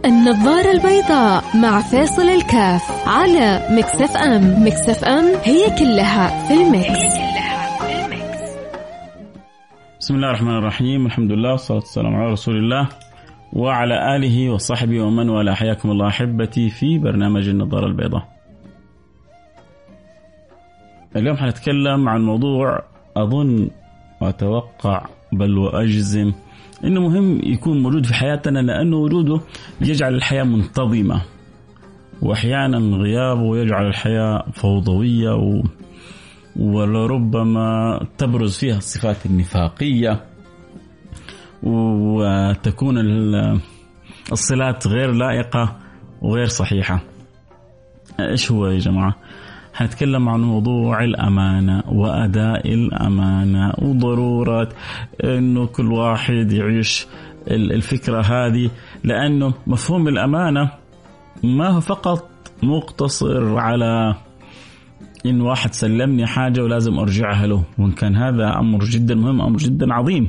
النظارة البيضاء مع فاصل الكاف على ميكس اف ام. ميكس اف ام هي كلها في الميكس. بسم الله الرحمن الرحيم، الحمد لله والصلاة والسلام على رسول الله وعلى آله وصحبه ومن والاه. حياكم الله أحبتي في برنامج النظارة البيضاء. اليوم حنتكلم عن موضوع أظن وأتوقع بل وأجزم إنه مهم يكون موجود في حياتنا، لأنه وجوده يجعل الحياة منتظمة، وأحيانا غيابه يجعل الحياة فوضوية ولربما تبرز فيها الصفات النفاقية، وتكون الصلات غير لائقة وغير صحيحة. إيش هو يا جماعة؟ هنتكلم عن موضوع الأمانة وأداء الأمانة وضرورة إنه كل واحد يعيش الفكرة هذه، لأنه مفهوم الأمانة ما هو فقط مقتصر على إن واحد سلمني حاجة ولازم أرجعها له، وإن كان هذا أمر جدا مهم، أمر جدا عظيم،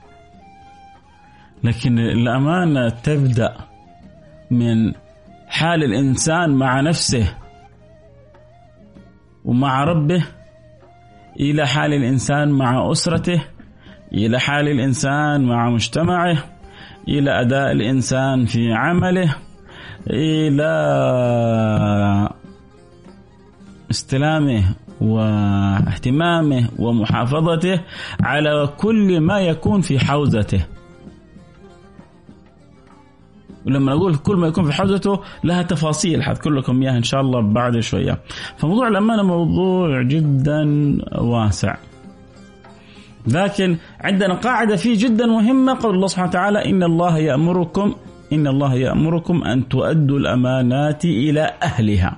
لكن الأمانة تبدأ من حال الإنسان مع نفسه ومع ربه، إلى حال الإنسان مع أسرته، إلى حال الإنسان مع مجتمعه، إلى أداء الإنسان في عمله، إلى استلامه واهتمامه ومحافظته على كل ما يكون في حوزته. ولما نقول كل ما يكون في حوزته لها تفاصيل حذكر لكم إياها إن شاء الله بعد شوية. فموضوع الأمانة موضوع جدا واسع، لكن عندنا قاعدة فيه جدا مهمة. قول الله سبحانه وتعالى: إن الله يأمركم أن تؤدوا الأمانات إلى أهلها.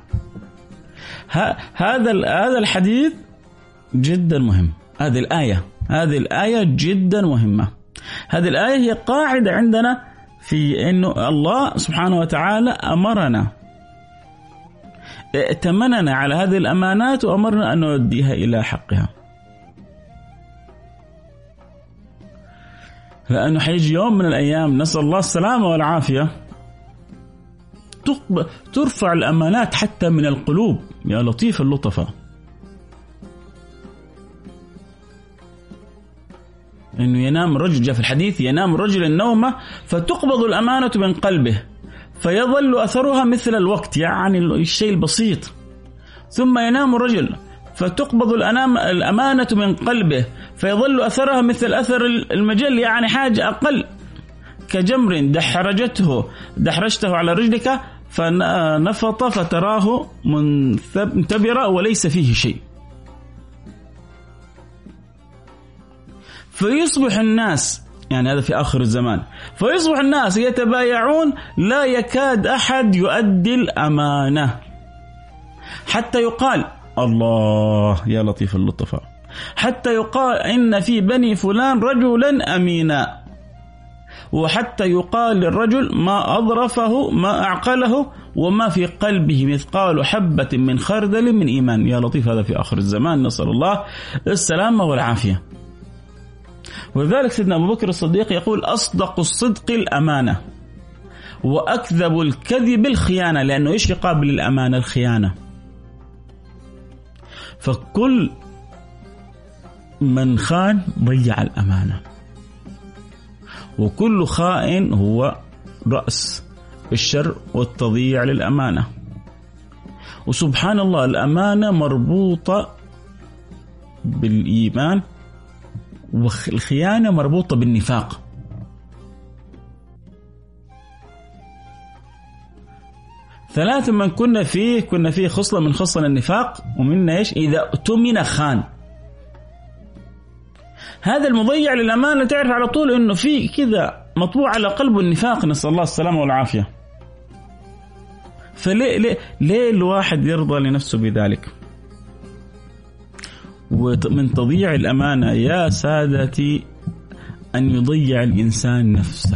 هذا الحديث جدا مهم. هذه الآية جدا مهمة. هذه الآية هي قاعدة عندنا في إنه الله سبحانه وتعالى أمرنا، ائتمننا على هذه الأمانات وأمرنا أن نؤديها إلى حقها، لأنه حيجي يوم من الأيام نسأل الله السلامة والعافية ترفع الأمانات حتى من القلوب. يا لطيف اللطفة، إنه ينام الرجل، جاء في الحديث: ينام الرجل النومة فتقبض الأمانة من قلبه فيظل أثرها مثل الوقت، يعني الشيء البسيط. ثم ينام الرجل فتقبض الأمانة من قلبه فيظل أثرها مثل أثر المجل، يعني حاجة أقل، كجمر دحرجته على رجلك فنفط فتراه منتبرا وليس فيه شيء. فيصبح الناس، يعني هذا في آخر الزمان، فيصبح الناس يتبايعون لا يكاد أحد يؤدي الأمانة، حتى يقال الله يا لطيف اللطفة، حتى يقال إن في بني فلان رجلا أمينا، وحتى يقال للرجل ما أظرفه ما أعقله وما في قلبه مثقال حبة من خردل من إيمان. يا لطيف، هذا في آخر الزمان، نسأل الله السلامة والعافية. ولذلك سيدنا أبو بكر الصديق يقول: أصدق الصدق الأمانة وأكذب الكذب الخيانة، لأنه إيش يقابل الأمانة؟ الخيانة. فكل من خان ضيع الأمانة، وكل خائن هو رأس الشر والتضييع للأمانة. وسبحان الله، الأمانة مربوطة بالإيمان، والخيانة مربوطة بالنفاق. ثلاثة من كنا فيه خصلة من خصل النفاق، ومننا إيش؟ إذا اؤتمن خان. هذا المضيع للأمانة تعرف على طول إنه في كذا مطبوع على قلبه النفاق، نسأل الله السلامة والعافية. فليه الواحد يرضى لنفسه بذلك؟ ومن تضييع الأمانة يا سادتي أن يضيع الإنسان نفسه.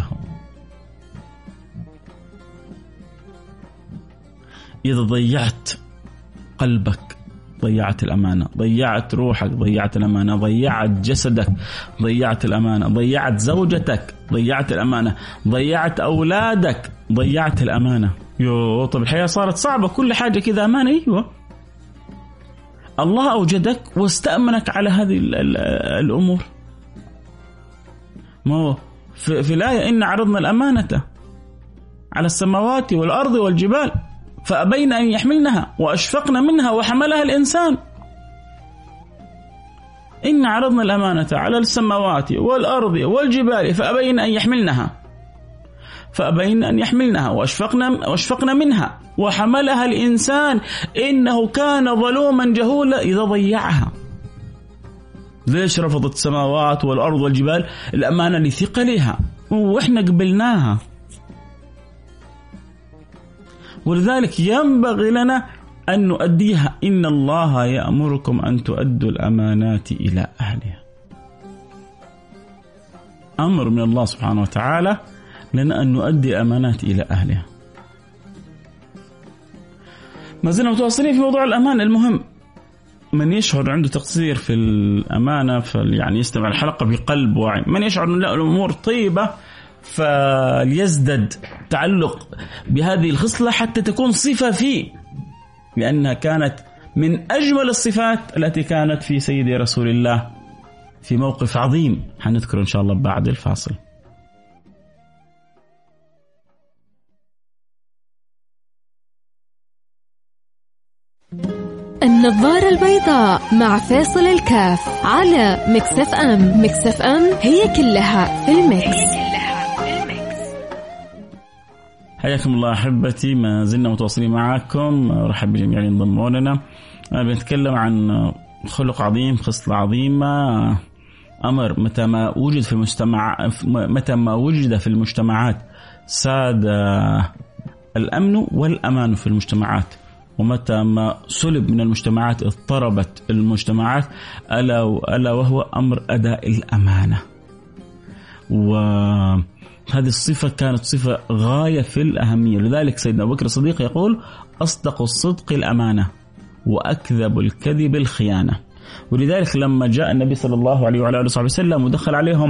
إذا ضيعت قلبك ضيعت الأمانة، ضيعت روحك ضيعت الأمانة، ضيعت جسدك ضيعت الأمانة، ضيعت زوجتك ضيعت الأمانة، ضيعت أولادك ضيعت الأمانة. طب الحياة صارت صعبة، كل حاجة كذا أمانة. أيوة، الله أوجدك واستأمنك على هذه الأمور. ما هو في الآية إن عرضنا الأمانة على السماوات والأرض والجبال فأبين أن يحملنها وأشفقن منها وحملها الإنسان. إن عرضنا الأمانة على السماوات والأرض والجبال فأبين أن يحملنها وأشفقن منها وحملها الإنسان إنه كان ظلوما جهولا إذا ضيعها. ليش رفضت السماوات والأرض والجبال؟ الأمانة لثقلها وإحنا قبلناها. ولذلك ينبغي لنا أن نؤديها. إن الله يأمركم أن تؤدوا الأمانات إلى أهلها. أمر من الله سبحانه وتعالى لنا أن نؤدي أمانات إلى أهلها. ما زلنا متواصلين في موضوع الأمانة. المهم من يشعر عنده تقصير في الأمانة يعني يستمع الحلقة بقلب واعي. من يشعر أن الأمور طيبة فليزدد تعلق بهذه الخصلة حتى تكون صفة فيه، لأنها كانت من أجمل الصفات التي كانت في سيدي رسول الله في موقف عظيم حنذكره إن شاء الله بعد الفاصل. النظارة البيضاء مع فاصل الكاف على ميكس اف ام. ميكس اف ام هي كلها في الميكس. حياكم الله أحبتي، ما زلنا متواصلين معاكم. رحب بجميع اللي انضموا لنا. بنتكلم عن خلق عظيم، خصلة عظيمة، أمر متى ما وجد في المجتمعات ساد الأمن والأمان في المجتمعات، ومتى ما سلب من المجتمعات اضطربت المجتمعات، ألا وهو أمر أداء الأمانة. وهذه الصفة كانت صفة غاية في الأهمية. لذلك سيدنا أبو بكر الصديق يقول: أصدق الصدق الأمانة وأكذب الكذب الخيانة. ولذلك لما جاء النبي صلى الله عليه وعلى آله وصحبه وسلم ودخل عليهم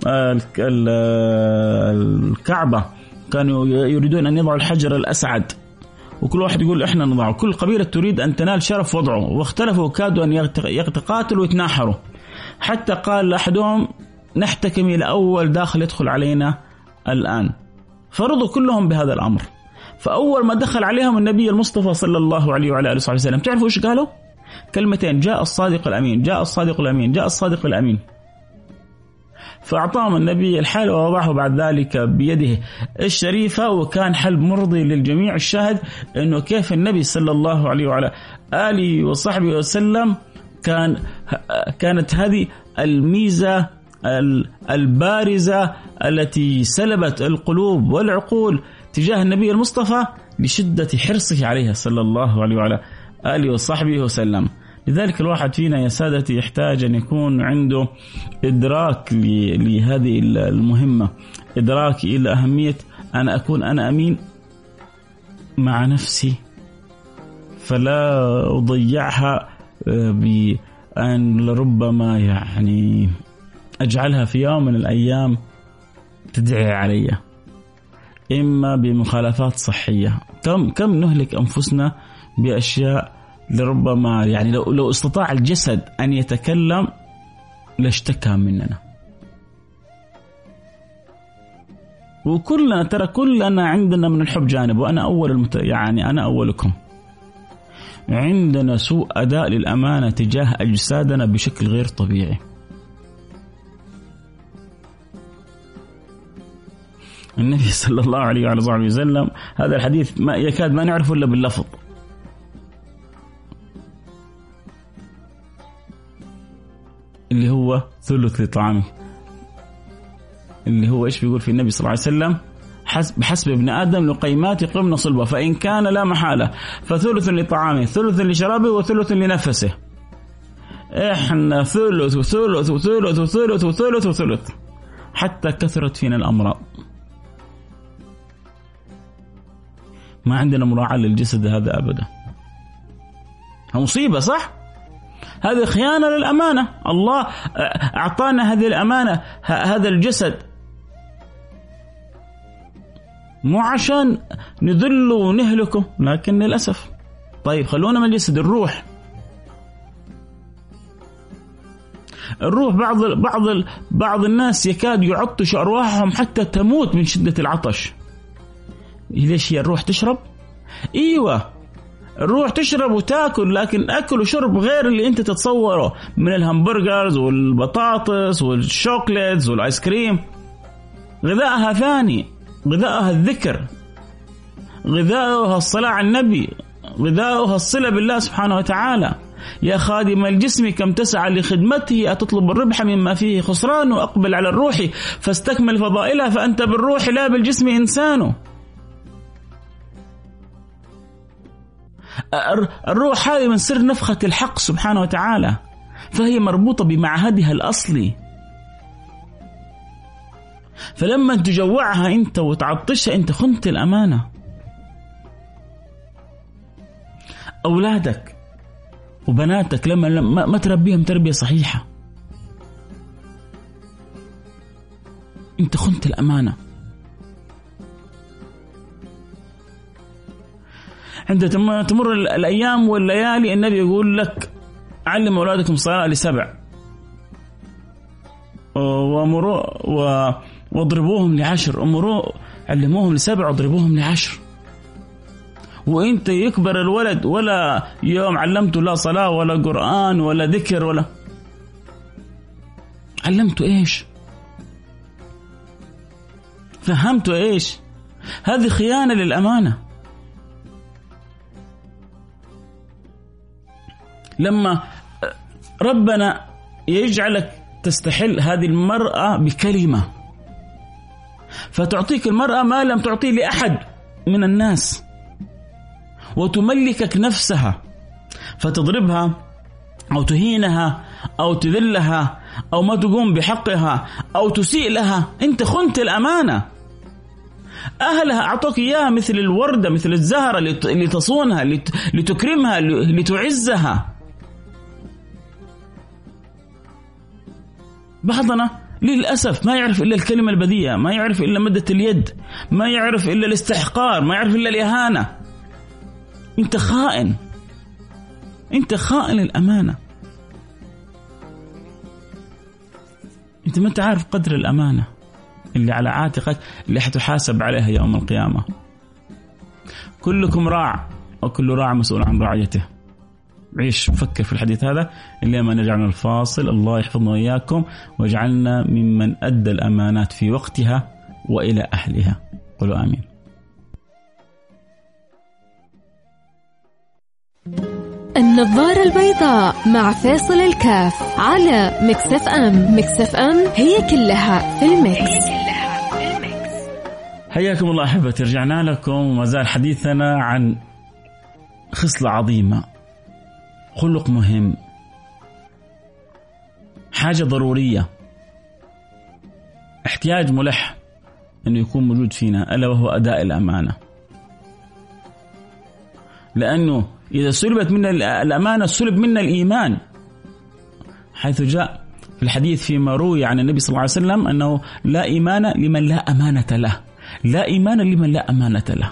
الكعبة، كانوا يريدون أن يضعوا الحجر الأسعد، وكل واحد يقول إحنا نضعه، كل قبيلة تريد أن تنال شرف وضعه، واختلفوا كادوا أن يتقاتلوا ويتناحروا، حتى قال أحدهم: نحتكم إلى أول داخل يدخل علينا الآن. فرضوا كلهم بهذا الأمر. فأول ما دخل عليهم النبي المصطفى صلى الله عليه وعلى آله وصحبه وسلم، تعرفوا إيش قالوا؟ كلمتين: جاء الصادق الأمين، جاء الصادق الأمين، جاء الصادق الأمين. فأعطاهم النبي الحل ووضعه بعد ذلك بيده الشريفة، وكان حل مرضي للجميع. الشاهد أنه كيف النبي صلى الله عليه وعلى آله وصحبه وسلم كانت هذه الميزة البارزة التي سلبت القلوب والعقول تجاه النبي المصطفى لشدة حرصه عليها صلى الله عليه وعلى آله وصحبه وسلم. لذلك الواحد فينا يا سادتي يحتاج أن يكون عنده إدراك لهذه المهمة، إدراك إلى أهمية أن أكون أنا أمين مع نفسي، فلا أضيعها بأن لربما يعني أجعلها في يوم من الأيام تدعي علي، إما بمخالفات صحية. كم نهلك أنفسنا بأشياء لربما يعني لو استطاع الجسد أن يتكلم لاشتكى مننا. وكلنا ترى كلنا عندنا من الحب جانب، وأنا أنا أولكم. عندنا سوء أداء للأمانة تجاه أجسادنا بشكل غير طبيعي. النبي صلى الله عليه وعلى آله وسلم هذا الحديث ما يكاد ما نعرفه إلا باللفظ. اللي هو ثلث لطعامه، اللي هو إيش بيقول في النبي صلى الله عليه وسلم: بحسب ابن آدم لقيمات قمن صلبة، فإن كان لا محالة فثلث لطعامه، ثلث لشرابه، وثلث لنفسه. إحنا ثلث وثلث وثلث وثلث وثلث وثلث حتى كثرت فينا الأمراض. ما عندنا مراعاة للجسد هذا أبدا. مصيبة، صح؟ هذه خيانة للأمانة. الله أعطانا هذه الأمانة، هذا الجسد مو عشان نذله ونهلكه، لكن للأسف. طيب خلونا من الجسد، الروح. الروح بعض الناس يكاد يعطش أرواحهم حتى تموت من شدة العطش. ليش هي الروح تشرب؟ ايوه الروح تشرب وتاكل، لكن اكل وشرب غير اللي انت تتصوره من الهمبرجرز والبطاطس والشوكليتس والايس كريم. غذائها ثاني، غذائها الذكر، غذائها الصلاة على النبي، غذائها الصلة بالله سبحانه وتعالى. يا خادم الجسم كم تسعى لخدمته، أتطلب الربح مما فيه خسران، وأقبل على الروح فاستكمل فضائلها، فأنت بالروح لا بالجسم إنسان. الروح هذه من سر نفخة الحق سبحانه وتعالى، فهي مربوطة بمعهدها الأصلي. فلما تجوعها أنت وتعطشها أنت خنت الأمانة. أولادك وبناتك لما ما تربيهم تربية صحيحة أنت خنت الأمانة. تمر الأيام والليالي النبي يقول لك علم أولادكم الصلاة ل7 واضربوهم ل10. علموهم ل7 واضربوهم ل10. وانت يكبر الولد ولا يوم علمته لا صلاة ولا قرآن ولا ذكر ولا علمته ايش؟ فهمته ايش؟ هذه خيانة للأمانة. لما ربنا يجعلك تستحل هذه المرأة بكلمة، فتعطيك المرأة ما لم تعطيه لأحد من الناس، وتملكك نفسها، فتضربها أو تهينها أو تذلها أو ما تقوم بحقها أو تسيء لها، أنت خنت الأمانة. أهلها أعطوك إياها مثل الوردة، مثل الزهرة لتصونها، لتكرمها، لتعزها. بعضنا للأسف ما يعرف إلا الكلمة البذيئة، ما يعرف إلا مدة اليد، ما يعرف إلا الاستحقار، ما يعرف إلا الإهانة. أنت خائن، أنت خائن الأمانة. أنت ما تعرف قدر الأمانة اللي على عاتقك، اللي حتحاسب عليها يوم القيامة. كلكم راع وكل راع مسؤول عن رعيته. عيش فكر في الحديث هذا اللي ما نرجع من الفاصل. الله يحفظنا وإياكم واجعلنا ممن أدى الأمانات في وقتها وإلى أهلها. قولوا آمين. النظارة البيضاء مع فاصل الكاف على مكسف أم. مكسف أم هي كلها في المكس. حياكم الله أحبتي، رجعنا لكم وما زال حديثنا عن خصلة عظيمة، خلق مهم، حاجة ضرورية، احتياج ملح أنه يكون موجود فينا، ألا وهو أداء الأمانة. لأنه إذا سلبت منا الأمانة سلب منا الإيمان، حيث جاء في الحديث فيما روي عن النبي صلى الله عليه وسلم أنه لا إيمان لمن لا أمانة له، لا إيمان لمن لا أمانة له.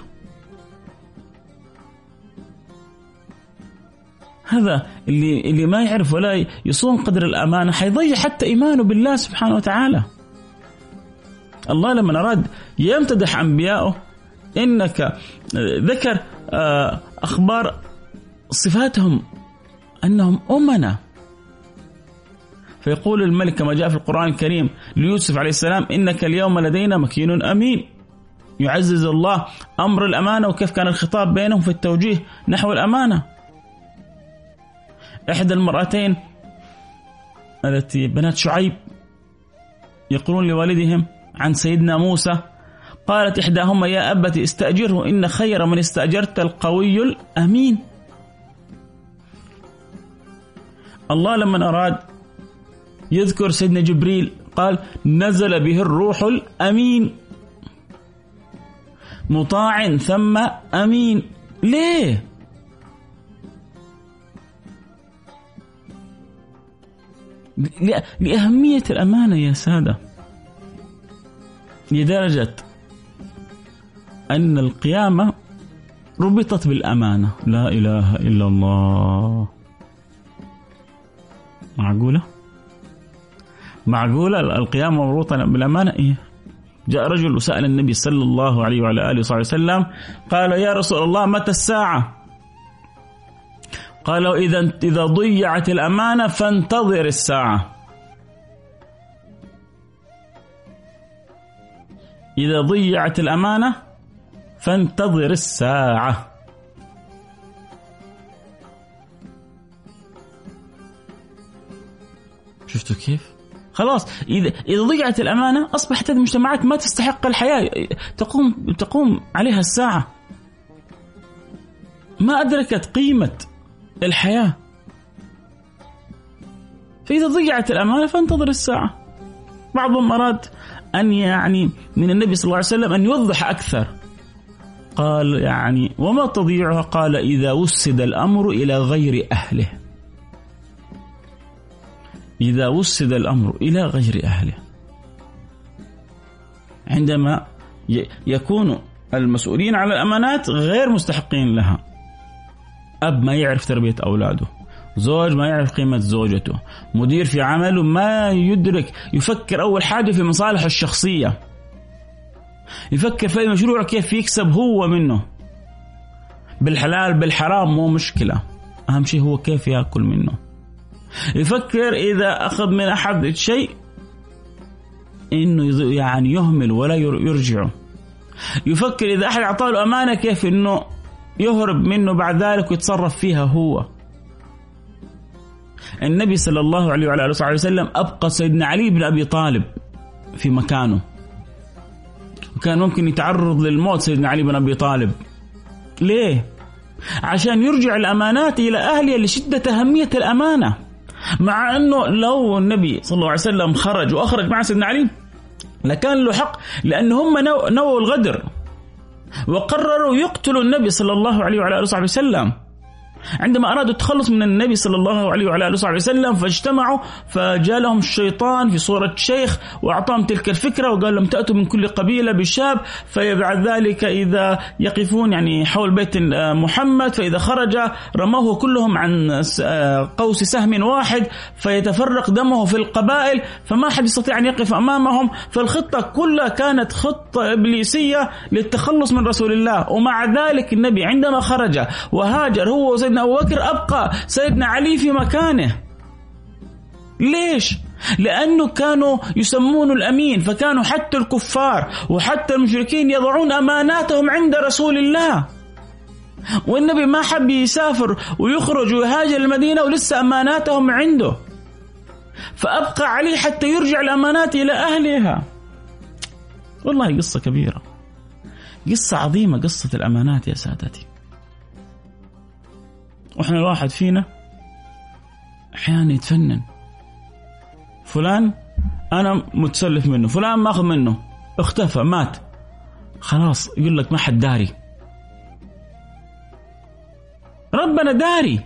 هذا اللي ما يعرف ولا يصون قدر الأمانة حيضيع حتى إيمانه بالله سبحانه وتعالى. الله لما أراد يمتدح أنبياءه إنك ذكر أخبار صفاتهم أنهم أمنا، فيقول الملك كما جاء في القرآن الكريم ليوسف عليه السلام إنك اليوم لدينا مكين أمين. يعزز الله أمر الأمانة وكيف كان الخطاب بينهم في التوجيه نحو الأمانة. إحدى المرأتين التي بنات شعيب يقولون لوالدهم عن سيدنا موسى، قالت إحداهما يا أبت استأجره إن خير من استأجرت القوي الأمين. الله لما أراد يذكر سيدنا جبريل قال نزل به الروح الأمين مطاع ثم أمين. ليه؟ لأهمية الأمانة يا سادة، لدرجة أن القيامة ربطت بالأمانة. لا إله إلا الله. معقولة القيامة مربوطة بالأمانة؟ إيه؟ جاء رجل وسأل النبي صلى الله عليه وعلى آله وصحبه وسلم، قال يا رسول الله متى الساعة؟ قال إذا ضيعت الأمانة فانتظر الساعة. إذا ضيعت الأمانة فانتظر الساعة. شفتوا كيف؟ خلاص إذا ضيعت الأمانة أصبحت المجتمعات ما تستحق الحياة، تقوم عليها الساعة، ما أدركت قيمة الحياة. فإذا ضيعت الأمانة فانتظر الساعة. بعضهم أراد أن يعني من النبي صلى الله عليه وسلم أن يوضح أكثر، قال يعني وما تضيعها؟ قال إذا وسد الأمر إلى غير أهله. إذا وسد الأمر إلى غير أهله، عندما يكون المسؤولين على الأمانات غير مستحقين لها، أب ما يعرف تربية أولاده، زوج ما يعرف قيمة زوجته، مدير في عمله ما يدرك، يفكر أول حاجة في مصالحه الشخصية، يفكر في مشروع كيف يكسب هو منه، بالحلال بالحرام مو مشكلة، أهم شيء هو كيف يأكل منه. يفكر إذا أخذ من أحد شيء إنه يعني يهمل ولا يرجعه. يفكر إذا أحد أعطاه أمانة كيف إنه يهرب منه بعد ذلك ويتصرف فيها هو. النبي صلى الله عليه وعلى آله وسلم أبقى سيدنا علي بن أبي طالب في مكانه، وكان ممكن يتعرض للموت سيدنا علي بن أبي طالب. ليه؟ عشان يرجع الأمانات إلى أهلها لشدة أهمية الأمانة. مع أنه لو النبي صلى الله عليه وسلم خرج وأخرج مع سيدنا علي لكان له حق، لأن هم نووا الغدر وقرروا يقتلوا النبي صلى الله عليه وعلى آله وسلم. عندما أرادوا التخلص من النبي صلى الله عليه وعلى آله وسلم فاجتمعوا، فجاء لهم الشيطان في صورة شيخ وأعطاهم تلك الفكرة وقال لهم تأتوا من كل قبيلة بشاب، فبعد ذلك إذا يقفون يعني حول بيت محمد فإذا خرج رموه كلهم عن قوس سهم واحد فيتفرق دمه في القبائل فما حد يستطيع أن يقف أمامهم. فالخطة كلها كانت خطة إبليسية للتخلص من رسول الله. ومع ذلك النبي عندما خرج وهاجر هو وسيدنا أبو بكر أبقى سيدنا علي في مكانه. ليش؟ لأنه كانوا يسمون الأمين، فكانوا حتى الكفار وحتى المشركين يضعون أماناتهم عند رسول الله، والنبي ما حب يسافر ويخرج ويهاجر المدينة ولسه أماناتهم عنده، فأبقى عليه حتى يرجع الأمانات إلى أهلها. والله قصة كبيرة، قصة عظيمة، قصة الأمانات يا سادتي. وإحنا الواحد فينا أحيانا يتفنن، فلان أنا متسلف منه، فلان ما أخذ منه، اختفى مات، خلاص يقول لك ما حد داري. ربنا داري.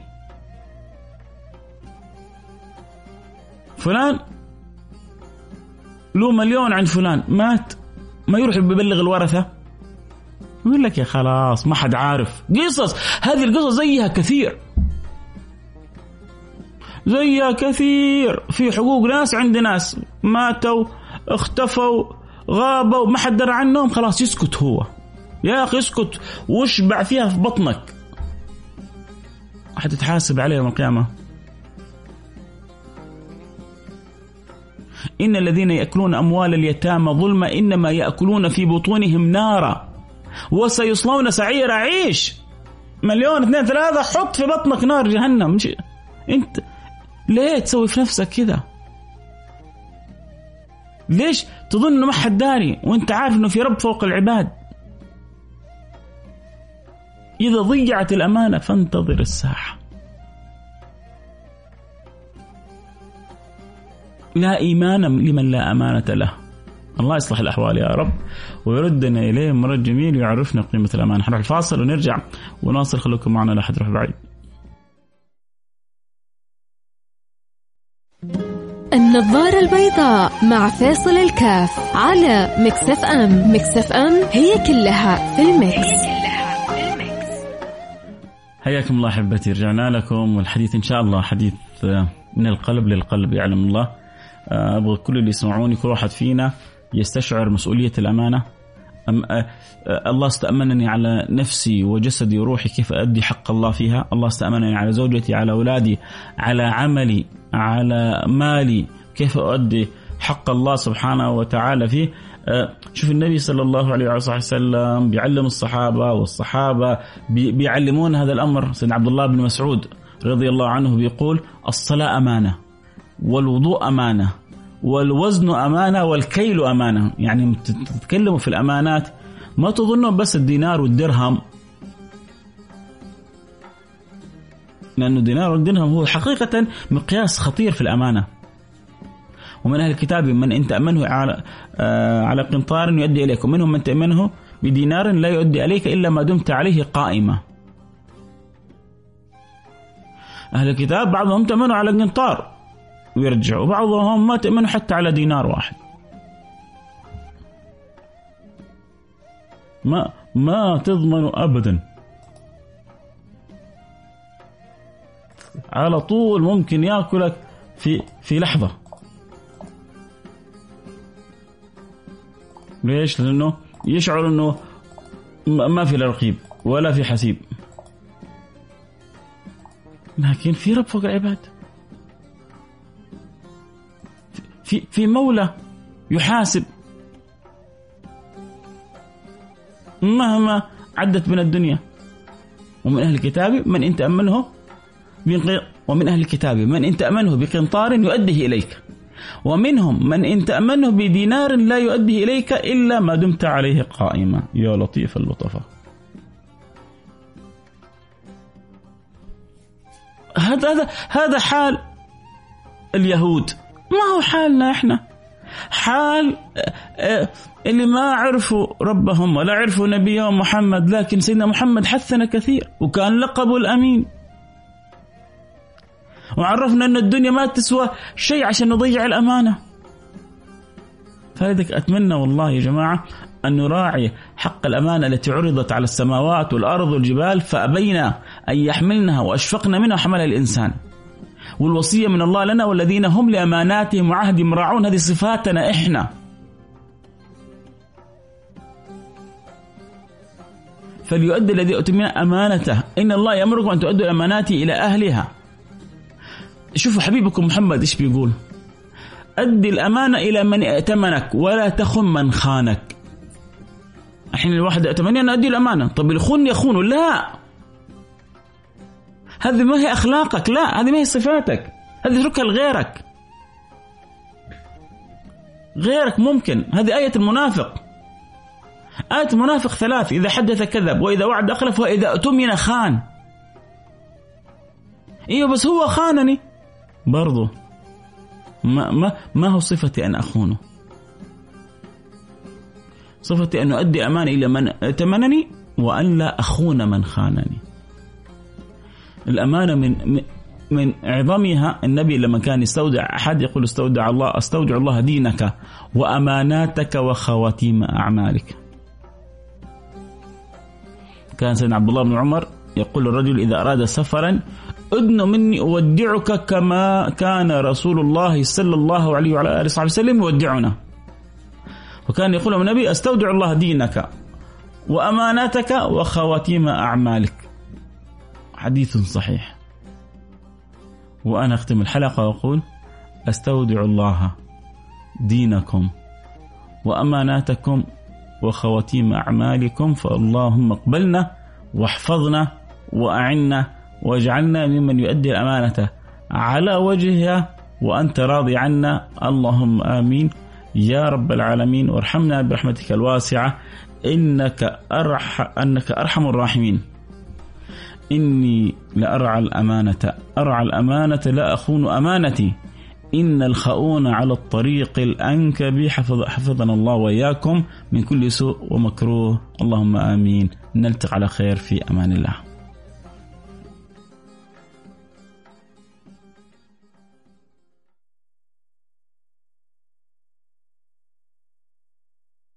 فلان له مليون عند فلان مات، ما يروح يبلغ الورثة، يقول لك يا خلاص ما حد عارف. قصص، هذه القصص زيها كثير، زيها كثير في حقوق ناس عند ناس ماتوا اختفوا غابوا ما حد درى عنهم، خلاص يسكت هو. يا أخي اسكت واشبع فيها في بطنك، حتتحاسب عليه يوم القيامة. إن الذين يأكلون أموال اليتامى ظلما إنما يأكلون في بطونهم نارا وسيصلون سعيرا. عيش مليون 2 3 حط في بطنك نار جهنم. انت ليه تسوي في نفسك كذا؟ ليش تظن انه ما حد داري وانت عارف انه في رب فوق العباد؟ اذا ضيعت الامانه فانتظر الساعه. لا ايمان لمن لا امانه له. الله يصلح الأحوال يا رب ويردنا إليه مرد جميل ويعرفنا قيمة الأمان. حنروح الفاصل ونرجع ونواصل، خلوكم معنا لا حد يروح بعيد. النظارة البيضاء مع فاصل الكاف على مكسف أم. مكسف أم هي كلها في المكس. حياكم الله أحبتي، رجعنا لكم والحديث إن شاء الله حديث من القلب للقلب يعلم الله. أبغى كل اللي يسمعوني كل واحد فينا يستشعر مسؤولية الأمانة. الله استأمنني على نفسي وجسدي وروحي، كيف أدي حق الله فيها. الله استأمنني على زوجتي، على أولادي، على عملي، على مالي، كيف أؤدي حق الله سبحانه وتعالى فيه. شوف النبي صلى الله عليه وسلم بيعلم الصحابة، والصحابة بيعلمون هذا الأمر. سيدنا عبد الله بن مسعود رضي الله عنه بيقول: الصلاة أمانة، والوضوء أمانة، والوزن أمانة، والكيل أمانة. يعني تتكلموا في الأمانات، ما تظنوا بس الدينار والدرهم، لأنه الدينار والدرهم هو حقيقة مقياس خطير في الأمانة. ومن أهل الكتاب من إن تأمنه على قنطار يؤدي إليك، ومنهم من تأمنه بدينار لا يؤدي إليك إلا ما دمت عليه قائمة. أهل الكتاب بعضهم تأمنوا على قنطار ويرجع، وبعضهم ما تأمنوا حتى على دينار واحد. ما تضمنوا أبدا، على طول ممكن يأكلك في لحظة. ليش؟ لأنه يشعر أنه ما في رقيب ولا في حسيب، لكن في رب فوق العباد، في مولى يحاسب مهما عدت من الدنيا. ومن أهل الكتاب من إن تأمنه ومن أهل الكتاب من إن تأمنه بقنطار يؤديه إليك، ومنهم من إن تأمنه بدينار لا يؤديه إليك إلا ما دمت عليه قائمة. يا لطيف اللطفة. هذا حال اليهود، ما هو حالنا إحنا. حال اللي ما عرفوا ربهم ولا عرفوا نبيهم محمد، لكن سيدنا محمد حثنا كثير، وكان لقبه الأمين، وعرفنا أن الدنيا ما تسوى شيء عشان نضيع الأمانة. فلذلك أتمنى والله يا جماعة أن نراعي حق الأمانة التي عرضت على السماوات والأرض والجبال فأبينا أن يحملنها وأشفقنا منها حملها الإنسان. والوصية من الله لنا: والذين هم لأماناتهم وعهدهم راعون. هذه صفاتنا إحنا. فليؤدي الذي أؤتمن أمانته، إن الله يأمركم أن تؤدوا الأمانات إلى أهلها. شوفوا حبيبكم محمد إيش بيقول: أدي الأمانة إلى من ائتمنك ولا تخن من خانك. الحين الواحد ائتمني أن أدي الأمانة، طب الخون يخونه، لا، هذه ما هي أخلاقك، لا، هذه ما هي صفاتك، هذه اتركها لغيرك. غيرك ممكن. هذه آية المنافق. آية المنافق 3: إذا حدث كذب، وإذا وعد أخلف، وإذا اؤتمن خان. إيوه بس هو خانني برضو، ما هو صفتي أن أخونه. صفتي أن أؤدي أمانة إلى من ائتمنني وأن لا أخون من خانني. الأمانة من عظمها، النبي لما كان يستودع أحد يقول: استودع الله دينك وأماناتك وخواتيم أعمالك. كان سيدنا عبد الله بن عمر يقول الرجل إذا أراد سفرا: أدن مني أودعك كما كان رسول الله صلى الله عليه وعلى آله وسلم يودعنا. وكان يقول النبي: استودع الله دينك وأماناتك وخواتيم أعمالك. حديث صحيح. وأنا أختم الحلقة وأقول: استودع الله دينكم وأماناتكم وخواتيم أعمالكم، فاللهم اقبلنا واحفظنا وأعنا واجعلنا ممن يؤدي الأمانة على وجهها وأنت راضي عنا. اللهم آمين يا رب العالمين. وارحمنا برحمتك الواسعة إنك أرحم الراحمين. إني لأرعى الأمانة لا أخون أمانتي، إن الخؤون على الطريق الأنكب حفظنا الله وإياكم من كل سوء ومكروه. اللهم آمين. نلتقي على خير في أمان الله.